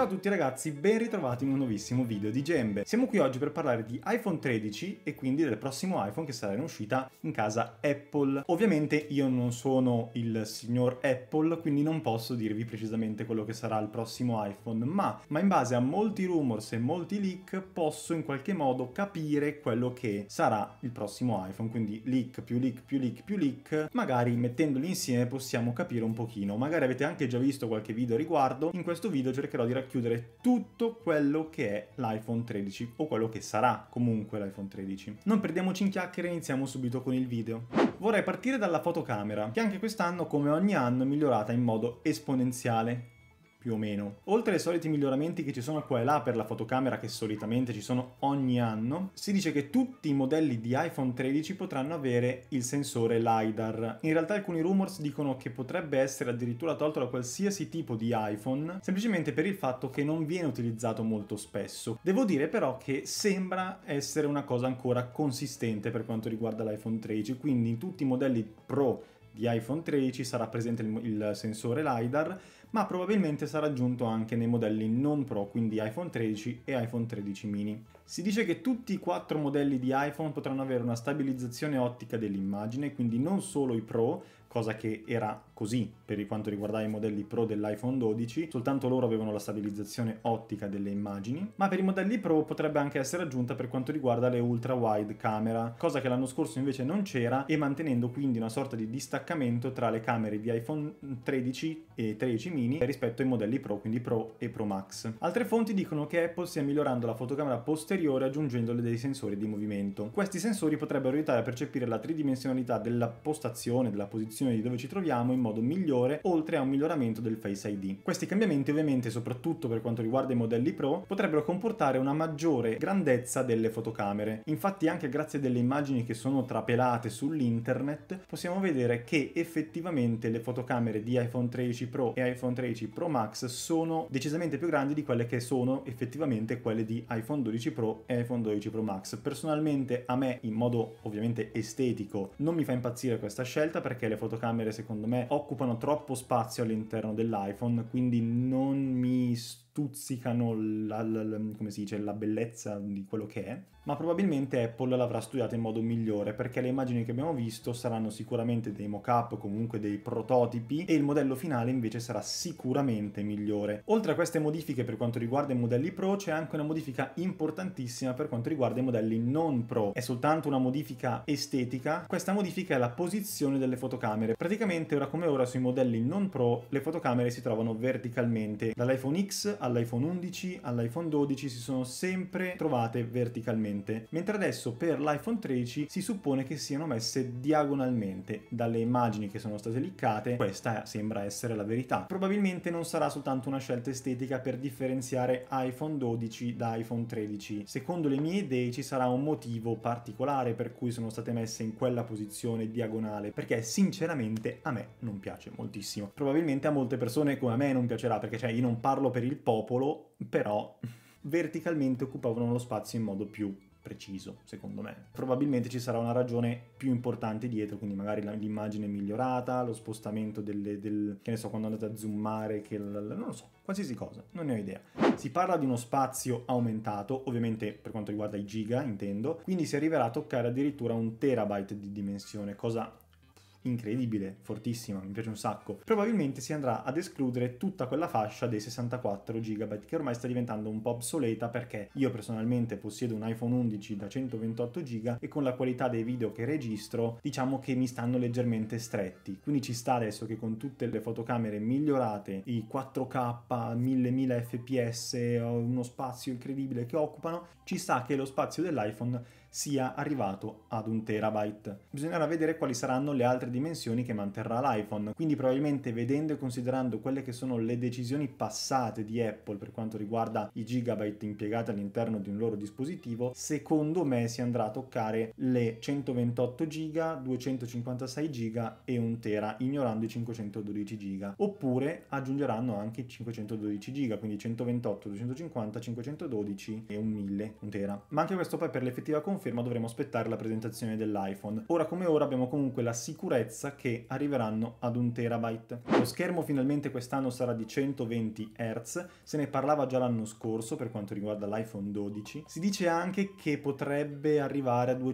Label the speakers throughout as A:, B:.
A: Ciao a tutti ragazzi, ben ritrovati in un nuovissimo video di Gembe. Siamo qui oggi per parlare di iPhone 13 e quindi del prossimo iPhone che sarà in uscita in casa Apple. Ovviamente io non sono il signor Apple, quindi non posso dirvi precisamente quello che sarà il prossimo iPhone, ma in base a molti rumors e molti leak posso in qualche modo capire quello che sarà il prossimo iPhone, quindi leak più leak più leak più leak, magari mettendoli insieme possiamo capire un pochino. Magari avete anche già visto qualche video a riguardo. In questo video cercherò di racchiudere tutto quello che è l'iPhone 13 o quello che sarà comunque l'iPhone 13. Non perdiamoci in chiacchiere, iniziamo subito con il video. Vorrei partire dalla fotocamera, che anche quest'anno come ogni anno è migliorata in modo esponenziale. Più o meno. Oltre ai soliti miglioramenti che ci sono qua e là per la fotocamera, che solitamente ci sono ogni anno, si dice che tutti i modelli di iPhone 13 potranno avere il sensore LiDAR. In realtà alcuni rumors dicono che potrebbe essere addirittura tolto da qualsiasi tipo di iPhone, semplicemente per il fatto che non viene utilizzato molto spesso. Devo dire però che sembra essere una cosa ancora consistente per quanto riguarda l'iPhone 13, quindi in tutti i modelli Pro di iPhone 13 sarà presente il sensore LiDAR, ma probabilmente sarà aggiunto anche nei modelli non Pro, quindi iPhone 13 e iPhone 13 mini. Si dice che tutti i 4 modelli di iPhone potranno avere una stabilizzazione ottica dell'immagine, quindi non solo i Pro, cosa che era così per quanto riguardava i modelli Pro dell'iPhone 12, soltanto loro avevano la stabilizzazione ottica delle immagini, ma per i modelli Pro potrebbe anche essere aggiunta per quanto riguarda le ultra wide camera, cosa che l'anno scorso invece non c'era, e mantenendo quindi una sorta di distaccamento tra le camere di iPhone 13 e 13 mini rispetto ai modelli Pro, quindi Pro e Pro Max. Altre fonti dicono che Apple stia migliorando la fotocamera posteriore aggiungendole dei sensori di movimento. Questi sensori potrebbero aiutare a percepire la tridimensionalità della postazione, della posizione di dove ci troviamo in modo migliore, oltre a un miglioramento del Face ID. Questi cambiamenti ovviamente, soprattutto per quanto riguarda i modelli Pro, potrebbero comportare una maggiore grandezza delle fotocamere. Infatti anche grazie a delle immagini che sono trapelate sull'internet possiamo vedere che effettivamente le fotocamere di iPhone 13 Pro e iPhone 13 Pro Max sono decisamente più grandi di quelle che sono effettivamente quelle di iPhone 12 Pro e iPhone 12 Pro Max. Personalmente a me, in modo ovviamente estetico, non mi fa impazzire questa scelta perché le fotocamere secondo me occupano troppo spazio all'interno dell'iPhone, quindi non mi stuzzicano come si dice, la bellezza di quello che è, ma probabilmente Apple l'avrà studiata in modo migliore perché le immagini che abbiamo visto saranno sicuramente dei mock-up, comunque dei prototipi, e il modello finale invece sarà sicuramente migliore. Oltre a queste modifiche per quanto riguarda i modelli Pro c'è anche una modifica importantissima per quanto riguarda i modelli non Pro. È soltanto una modifica estetica. Questa modifica è la posizione delle fotocamere. Praticamente ora come ora sui modelli non Pro le fotocamere si trovano verticalmente. Dall'iPhone X all'iPhone 11 all'iPhone 12 si sono sempre trovate verticalmente, mentre adesso per l'iPhone 13 si suppone che siano messe diagonalmente. Dalle immagini che sono state leakate questa sembra essere la verità. Probabilmente non sarà soltanto una scelta estetica per differenziare iPhone 12 da iPhone 13. Secondo le mie idee ci sarà un motivo particolare per cui sono state messe in quella posizione diagonale, perché sinceramente a me non piace moltissimo. Probabilmente a molte persone come a me non piacerà, perché io non parlo per il popolo, però verticalmente occupavano lo spazio in modo più preciso, secondo me. Probabilmente ci sarà una ragione più importante dietro, quindi magari l'immagine migliorata, lo spostamento che ne so, quando andate a zoomare, non lo so, qualsiasi cosa, non ne ho idea. Si parla di uno spazio aumentato, ovviamente per quanto riguarda i giga, intendo, quindi si arriverà a toccare addirittura 1 terabyte di dimensione, cosa incredibile, fortissima, mi piace un sacco. Probabilmente si andrà ad escludere tutta quella fascia dei 64 GB che ormai sta diventando un po' obsoleta, perché io personalmente possiedo un iPhone 11 da 128 GB e con la qualità dei video che registro diciamo che mi stanno leggermente stretti, quindi ci sta adesso che con tutte le fotocamere migliorate, i 4K, 1000 fps, uno spazio incredibile che occupano, ci sta che lo spazio dell'iPhone sia arrivato ad 1 terabyte. Bisognerà vedere quali saranno le altre dimensioni che manterrà l'iPhone, quindi probabilmente vedendo e considerando quelle che sono le decisioni passate di Apple per quanto riguarda i gigabyte impiegati all'interno di un loro dispositivo, secondo me si andrà a toccare le 128 GB, 256 GB e 1 tera, ignorando i 512 GB, oppure aggiungeranno anche i 512 GB, quindi 128, 250, 512 e un 1000, 1 tera. Ma anche questo poi per l'effettiva conferma conferma dovremo aspettare la presentazione dell'iPhone. Ora come ora abbiamo comunque la sicurezza che arriveranno ad 1 terabyte. Lo schermo finalmente quest'anno sarà di 120 Hz, se ne parlava già l'anno scorso per quanto riguarda l'iPhone 12. Si dice anche che potrebbe arrivare a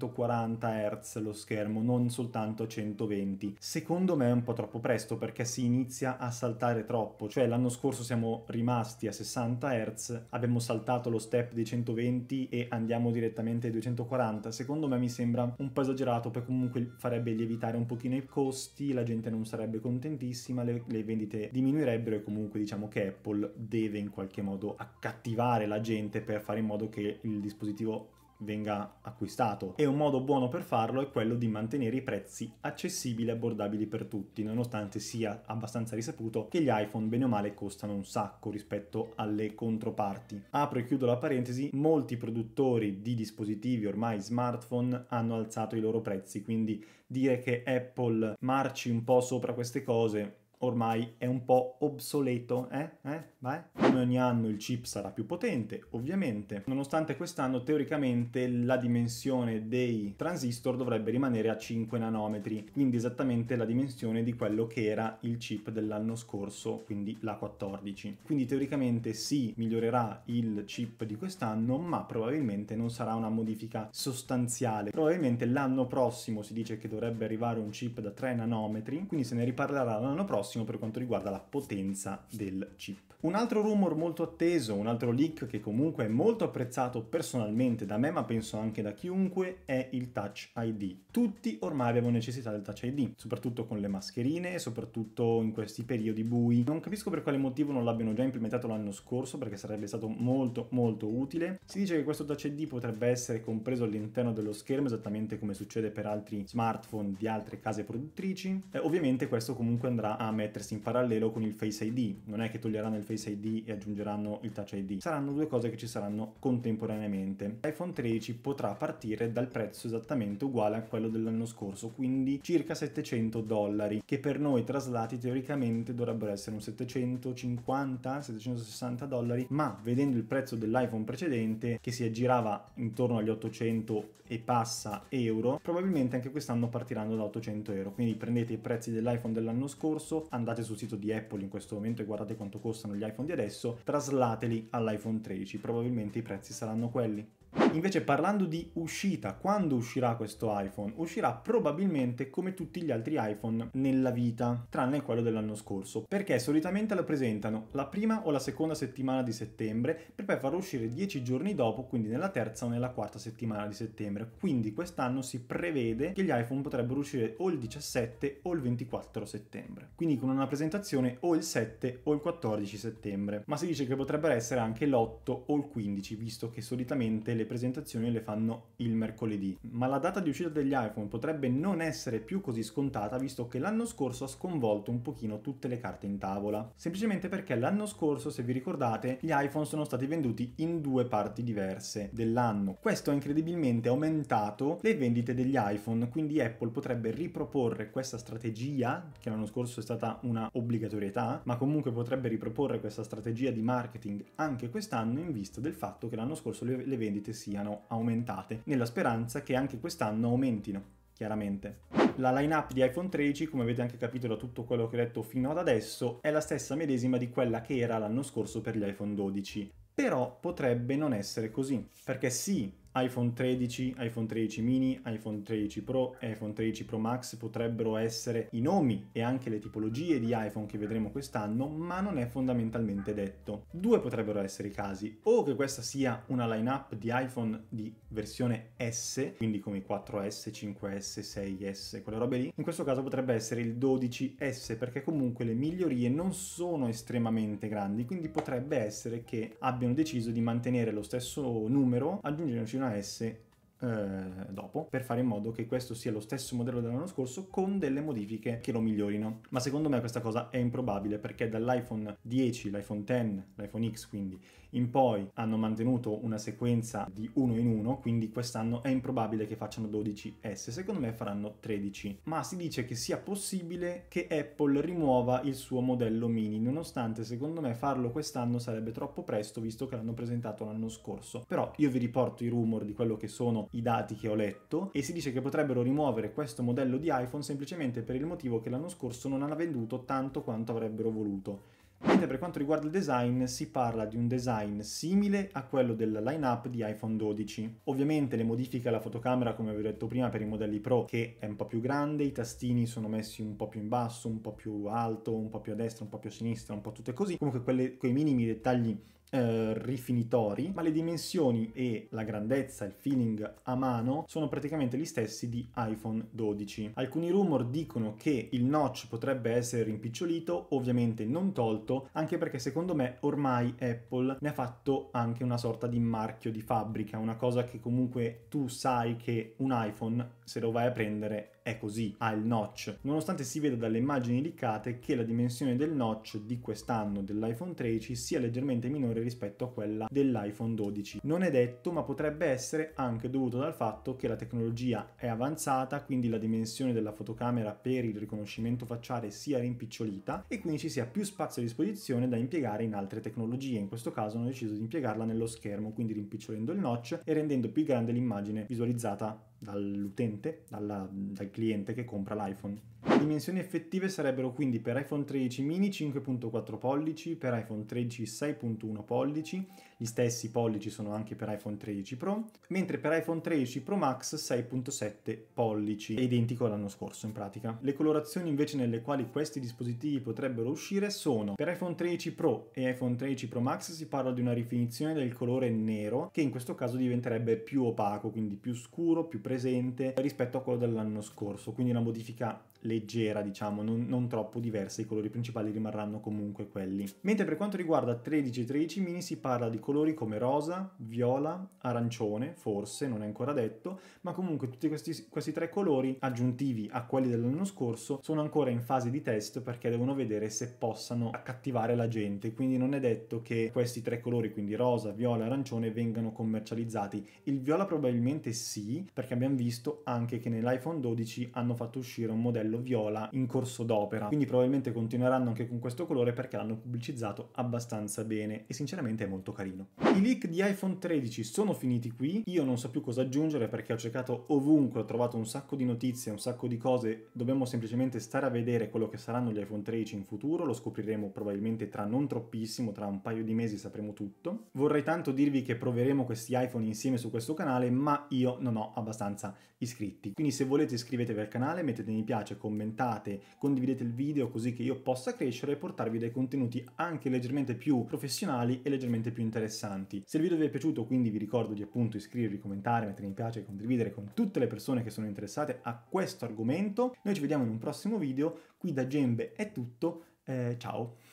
A: 240 Hz lo schermo, non soltanto 120. Secondo me è un po' troppo presto perché si inizia a saltare troppo, cioè l'anno scorso siamo rimasti a 60 Hz, abbiamo saltato lo step dei 120 e andiamo direttamente ai 240. Secondo me mi sembra un po' esagerato, poi comunque farebbe lievitare un pochino i costi, la gente non sarebbe contentissima, le vendite diminuirebbero e comunque diciamo che Apple deve in qualche modo accattivare la gente per fare in modo che il dispositivo venga acquistato, e un modo buono per farlo è quello di mantenere i prezzi accessibili e abbordabili per tutti, nonostante sia abbastanza risaputo che gli iPhone bene o male costano un sacco rispetto alle controparti. Apro e chiudo la parentesi, molti produttori di dispositivi ormai smartphone hanno alzato i loro prezzi, quindi dire che Apple marci un po' sopra queste cose ormai è un po' obsoleto, Vai? Come ogni anno il chip sarà più potente, ovviamente, nonostante quest'anno teoricamente la dimensione dei transistor dovrebbe rimanere a 5 nanometri, quindi esattamente la dimensione di quello che era il chip dell'anno scorso, quindi l'A14. Quindi teoricamente sì, migliorerà il chip di quest'anno, ma probabilmente non sarà una modifica sostanziale. Probabilmente l'anno prossimo si dice che dovrebbe arrivare un chip da 3 nanometri, quindi se ne riparlerà l'anno prossimo per quanto riguarda la potenza del chip. Un altro rumor molto atteso, un altro leak che comunque è molto apprezzato personalmente da me, ma penso anche da chiunque, è il Touch ID. Tutti ormai abbiamo necessità del Touch ID, soprattutto con le mascherine, soprattutto in questi periodi bui. Non capisco per quale motivo non l'abbiano già implementato l'anno scorso, perché sarebbe stato molto utile. Si dice che questo Touch ID potrebbe essere compreso all'interno dello schermo, esattamente come succede per altri smartphone di altre case produttrici. Ovviamente questo comunque andrà a mettersi in parallelo con il Face ID, non è che toglieranno il Face ID e aggiungeranno il Touch ID, saranno due cose che ci saranno contemporaneamente. L'iPhone 13 potrà partire dal prezzo esattamente uguale a quello dell'anno scorso, quindi circa $700, che per noi traslati teoricamente dovrebbero essere un $750-760, ma vedendo il prezzo dell'iPhone precedente che si aggirava intorno agli 800 e passa euro, probabilmente anche quest'anno partiranno da 800 euro. Quindi prendete i prezzi dell'iPhone dell'anno scorso, andate sul sito di Apple in questo momento e guardate quanto costano gli iPhone di adesso, traslateli all'iPhone 13, probabilmente i prezzi saranno quelli. Invece parlando di uscita, quando uscirà questo iPhone? Uscirà probabilmente come tutti gli altri iPhone nella vita, tranne quello dell'anno scorso, perché solitamente lo presentano la prima o la seconda settimana di settembre per poi farlo uscire 10 giorni dopo, quindi nella terza o nella quarta settimana di settembre. Quindi quest'anno si prevede che gli iPhone potrebbero uscire o il 17 o il 24 settembre, quindi con una presentazione o il 7 o il 14 settembre, ma si dice che potrebbero essere anche l'8 o il 15, visto che solitamente le presentazioni le fanno il mercoledì. Ma la data di uscita degli iPhone potrebbe non essere più così scontata, visto che l'anno scorso ha sconvolto un pochino tutte le carte in tavola, semplicemente perché l'anno scorso, se vi ricordate, gli iPhone sono stati venduti in due parti diverse dell'anno. Questo ha incredibilmente aumentato le vendite degli iPhone, quindi Apple potrebbe riproporre questa strategia, che l'anno scorso è stata una obbligatorietà, ma comunque potrebbe riproporre questa strategia di marketing anche quest'anno, in vista del fatto che l'anno scorso le vendite siano aumentate, nella speranza che anche quest'anno aumentino, chiaramente. La line-up di iPhone 13, come avete anche capito da tutto quello che ho detto fino ad adesso, è la stessa medesima di quella che era l'anno scorso per gli iPhone 12. Però potrebbe non essere così, perché sì, iPhone 13, iPhone 13 mini, iPhone 13 Pro e iPhone 13 Pro Max potrebbero essere i nomi e anche le tipologie di iPhone che vedremo quest'anno, ma non è fondamentalmente detto. Due potrebbero essere i casi: o che questa sia una line-up di iPhone di versione S, quindi come i 4S, 5S, 6S, quelle robe lì. In questo caso potrebbe essere il 12S, perché comunque le migliorie non sono estremamente grandi, quindi potrebbe essere che abbiano deciso di mantenere lo stesso numero, aggiungendoci una S dopo, per fare in modo che questo sia lo stesso modello dell'anno scorso con delle modifiche che lo migliorino. Ma secondo me questa cosa è improbabile, perché dall'iPhone 10, l'iPhone X, l'iPhone X quindi in poi hanno mantenuto una sequenza di uno in uno, quindi quest'anno è improbabile che facciano 12S, secondo me faranno 13. Ma si dice che sia possibile che Apple rimuova il suo modello mini, nonostante secondo me farlo quest'anno sarebbe troppo presto, visto che l'hanno presentato l'anno scorso. Però io vi riporto i rumor di quello che sono sono i dati che ho letto, e si dice che potrebbero rimuovere questo modello di iPhone semplicemente per il motivo che l'anno scorso non ha venduto tanto quanto avrebbero voluto. Mentre per quanto riguarda il design, si parla di un design simile a quello del line-up di iPhone 12. Ovviamente le modifiche alla fotocamera, come vi ho detto prima, per i modelli Pro, che è un po' più grande, i tastini sono messi un po' più in basso, un po' più alto, un po' più a destra, un po' più a sinistra, un po' tutte così. Comunque quei minimi dettagli rifinitori, ma le dimensioni e la grandezza, il feeling a mano sono praticamente gli stessi di iPhone 12. Alcuni rumor dicono che il notch potrebbe essere rimpicciolito, ovviamente non tolto, anche perché secondo me ormai Apple ne ha fatto anche una sorta di marchio di fabbrica, una cosa che comunque tu sai che un iPhone, se lo vai a prendere, è così, ha il notch, nonostante si veda dalle immagini leakate che la dimensione del notch di quest'anno dell'iPhone 13 sia leggermente minore rispetto a quella dell'iPhone 12. Non è detto, ma potrebbe essere anche dovuto dal fatto che la tecnologia è avanzata, quindi la dimensione della fotocamera per il riconoscimento facciale sia rimpicciolita e quindi ci sia più spazio a disposizione da impiegare in altre tecnologie. In questo caso hanno deciso di impiegarla nello schermo, quindi rimpicciolendo il notch e rendendo più grande l'immagine visualizzata dall'utente, dal cliente che compra l'iPhone. Le dimensioni effettive sarebbero quindi per iPhone 13 mini 5.4 pollici, per iPhone 13 6.1 pollici, gli stessi pollici sono anche per iPhone 13 Pro, mentre per iPhone 13 Pro Max 6.7 pollici, è identico all'anno scorso in pratica. Le colorazioni invece nelle quali questi dispositivi potrebbero uscire sono: per iPhone 13 Pro e iPhone 13 Pro Max si parla di una rifinizione del colore nero, che in questo caso diventerebbe più opaco, quindi più scuro, più presente rispetto a quello dell'anno scorso, quindi una modifica leggera, diciamo, non troppo diversa, i colori principali rimarranno comunque quelli. Mentre per quanto riguarda 13 e 13 mini si parla di colori come rosa, viola, arancione, forse, non è ancora detto, ma comunque tutti questi tre colori aggiuntivi a quelli dell'anno scorso sono ancora in fase di test perché devono vedere se possano accattivare la gente, quindi non è detto che questi tre colori, quindi rosa, viola e arancione, vengano commercializzati. Il viola probabilmente sì, perché abbiamo visto anche che nell'iPhone 12 hanno fatto uscire un modello viola in corso d'opera, quindi probabilmente continueranno anche con questo colore perché l'hanno pubblicizzato abbastanza bene e sinceramente è molto carino. I leak di iPhone 13 sono finiti qui, io non so più cosa aggiungere perché ho cercato ovunque, ho trovato un sacco di notizie, un sacco di cose, dobbiamo semplicemente stare a vedere quello che saranno gli iPhone 13 in futuro, lo scopriremo probabilmente tra non troppissimo, tra un paio di mesi sapremo tutto. Vorrei tanto dirvi che proveremo questi iPhone insieme su questo canale, ma io non ho abbastanza iscritti, quindi se volete iscrivetevi al canale, mettete mi piace, commentate, condividete il video così che io possa crescere e portarvi dei contenuti anche leggermente più professionali e leggermente più interessanti. Se il video vi è piaciuto, quindi vi ricordo di appunto iscrivervi, commentare, mettere mi piace e condividere con tutte le persone che sono interessate a questo argomento. Noi ci vediamo in un prossimo video, qui da Gembe è tutto, ciao!